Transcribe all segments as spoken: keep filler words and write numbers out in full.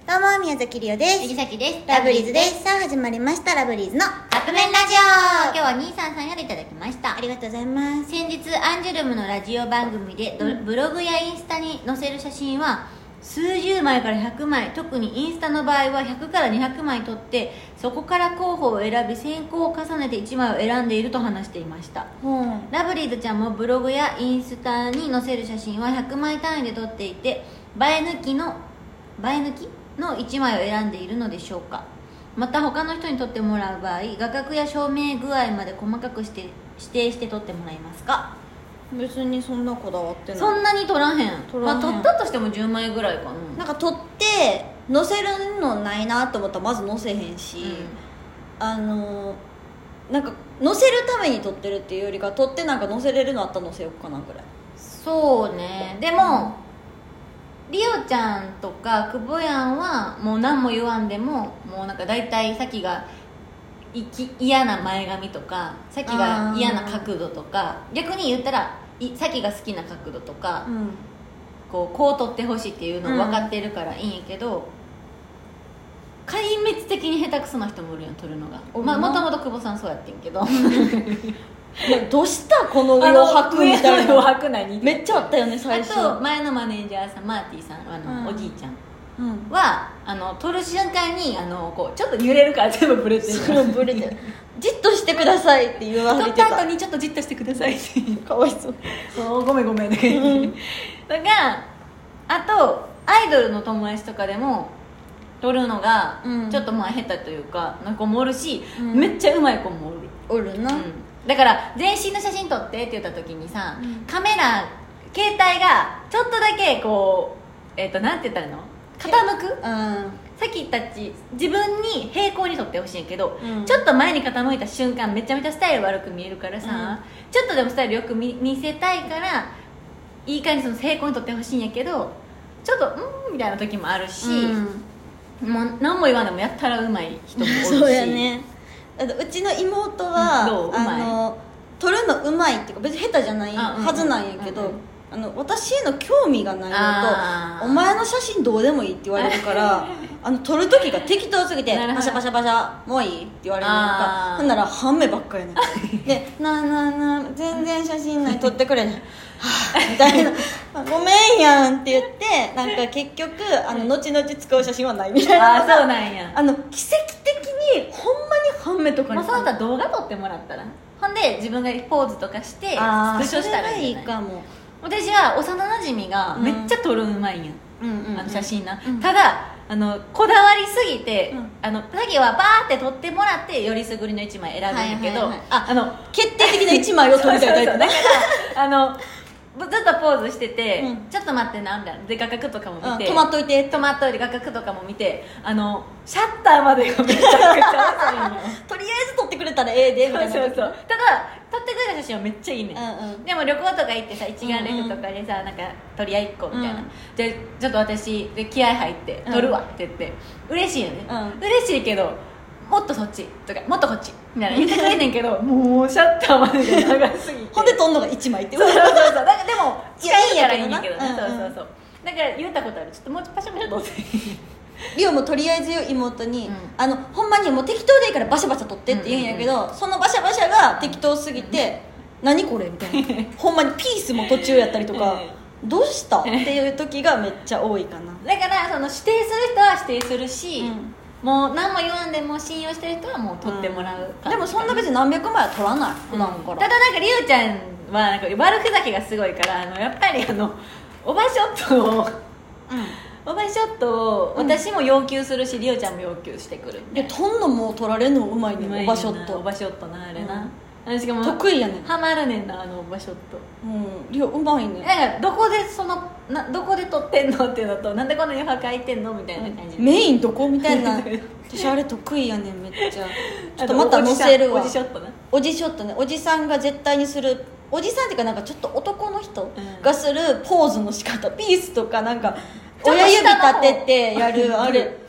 どうも宮崎りおです杉崎です。 ラブリーズです。さあ始まりましたラブリーズのカップ麺ラジオ。今日は兄さんさんよりいただきました。 ありがとうございます。 先日アンジュルムのラジオ番組で、うん、ブログやインスタに載せる写真は数十枚からひゃくまい、特にインスタの場合はひゃくからにひゃくまい撮って、そこから候補を選び選考を重ねていちまいを選んでいると話していました、うん、ラブリーズちゃんもブログやインスタに載せる写真はひゃくまい単位で撮っていて、映え抜きの映え抜きのいちまいを選んでいるのでしょうか。また他の人に撮ってもらう場合、画角や照明具合まで細かくして指定して撮ってもらえますか。 別にそんなこだわってない。 そんなに撮らへん。 撮らへん、 まあ、撮ったとしてもじゅうまいぐらいかな。 なんか撮って載せるのないなと思ったらまず載せへんし、うん、あのなんか載せるために撮ってるっていうよりか、撮ってなんか載せれるのあったら載せようかなぐらい。 そうね。でも、うん、リオちゃんとか久保やんはもう何も言わんでも、もうなんか大体さきがいき嫌な前髪とか、さきが嫌な角度とか、逆に言ったらさきが好きな角度とか、うん、こうこう撮ってほしいっていうのを分かってるからいいんやけど、うん、壊滅的に下手くそな人もいるやん、撮るのが。まあもともと久保さんそうやってんけどどうしたこの上を履くみたいな。 上を履く何めっちゃあったよね最初。 あと前のマネージャーさんマーティさん、あの、うん、おじいちゃんうん、 はあの撮る瞬間にあのこうちょっと揺れるから全部ブレてる。 そうブレてるじっとしてくださいって言われてた。 撮った後にちょっとじっとしてくださいってかわいそう。 そうごめんごめんね、うん、だからあとアイドルの友達とかでも撮るのがちょっとまあ下手というかの子もおるし、うん、めっちゃうまい子もおるおるな、うん、 だから全身の写真撮ってって言った時にさ、うん、カメラ携帯がちょっとだけこうえっ、ー、となんて言ったらいいの、傾く、うん、さっきたち自分に平行に撮ってほしいんやけど、うん、ちょっと前に傾いた瞬間めちゃめちゃスタイル悪く見えるからさ、うん、ちょっとでもスタイルよく 見, 見せたいからいい感じその平行に撮ってほしいんやけど、ちょっとうんみたいな時もあるし、うん、もう何も言わんでもやったらうまい人もおるしそうやね。だうちの妹は、うん、あの撮るのうまいっていうか別に下手じゃないはずなんやけど、うんうんうんうん、あの私への興味がないのと、お前の写真どうでもいいって言われるからあの撮る時が適当すぎてパシャパシャパシャもういいって言われるのか、ほんなら半目ばっかりやねんでなあなあなあ全然写真ない撮ってくれねはぁみたいなごめんやんって言って、なんか結局あの後々使う写真はないみたいな。 あそうなんや。 あの奇跡的にほんまに半目とかに、 まあ、そうだったら動画撮ってもらったら、ほんで自分がポーズとかしてスクショしたらいいんじゃない。 いいかも。 私は幼なじみがめっちゃ撮るうまいんや、うんうんうん、あの写真な、うん、ただあのこだわりすぎて、うん、あの次はバーって撮ってもらってよりすぐりのいちまい選ぶんやけど、はいはいはい、ああの決定的ないちまいを撮りたいタイプ。 だからあのずっとポーズしてて、うん、ちょっと待ってなみたいなで画角とかも見て、 止まっといて止まっといて画角とかも見て、あのシャッターまでがめちゃくちゃ遅いんよとりあえず撮ってくれたらええでみたいな。 そうそうそう。ただ撮ってくれた写真はめっちゃいいね、うんうん、でも旅行とか行ってさ一眼レフとかでさ、うんうん、なんか撮り合いっこみたいな、うん、でちょっと私で気合入って撮るわって言って、うん、嬉しいよね、うん、嬉しいけどもっとそっちとかもっとこっちみたいな言ってくれんねんけどもうシャッターまでが長すぎてほんで撮んのがいちまいってそうそうそうそう。だからでも近いからいいんやけどね、うんうん、そうそうそう。だから言ったことある、ちょっともうパシャパシャ撮ってリオもとりあえず妹に、うん、あのほんまにもう適当でいいからバシャバシャ撮ってって言うんやけど、うんうんうん、そのバシャバシャが適当すぎて、うん、何これみたいなほんまにピースも途中やったりとかどうしたっていう時がめっちゃ多いかな。 だからその指定する人は指定するし、うん、もう何も言わんでも信用してる人はもう撮ってもらう、 うん、でもそんな別に何百枚は撮らない、普段から。 ただなんかりおちゃんはなんか悪ふざけがすごいから、あのやっぱりあのオバショットを、うん、オバショットを私も要求するし、りおちゃんも要求してくる。 で撮んのも撮られんのもうまいねん、オバショット。 オバショットなあれな、うん、しかも得意やねん、 ハマるねんなあのオバショット。 うんりおうまいねん。 なんかどこでそのなどこで撮ってんのっていうのと、なんでこんなに余白空いてんのみたいな感じ、 メインどこみたいな私あれ得意やねんめっちゃちょっとまた載せるわ。 おじショットな、 おじショットね。おじさんが絶対にする、おじさんっていうかなんかちょっと男の人がするポーズの仕方、ピースとかなんか親指立ててやるあれ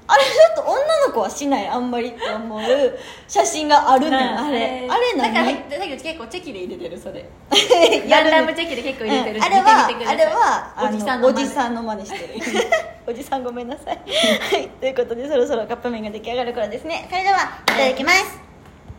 あれちょっと女の子はしないあんまりって思う写真があるねんあれあれ何だからだけど結構チェキで入れてるそれランダムチェキで結構入れてる、 うん、あれは見てみてください。 あれはおじさんのおじさんの真似してるおじさんごめんなさいはいということでそろそろカップ麺が出来上がる頃ですね。それではいただきます。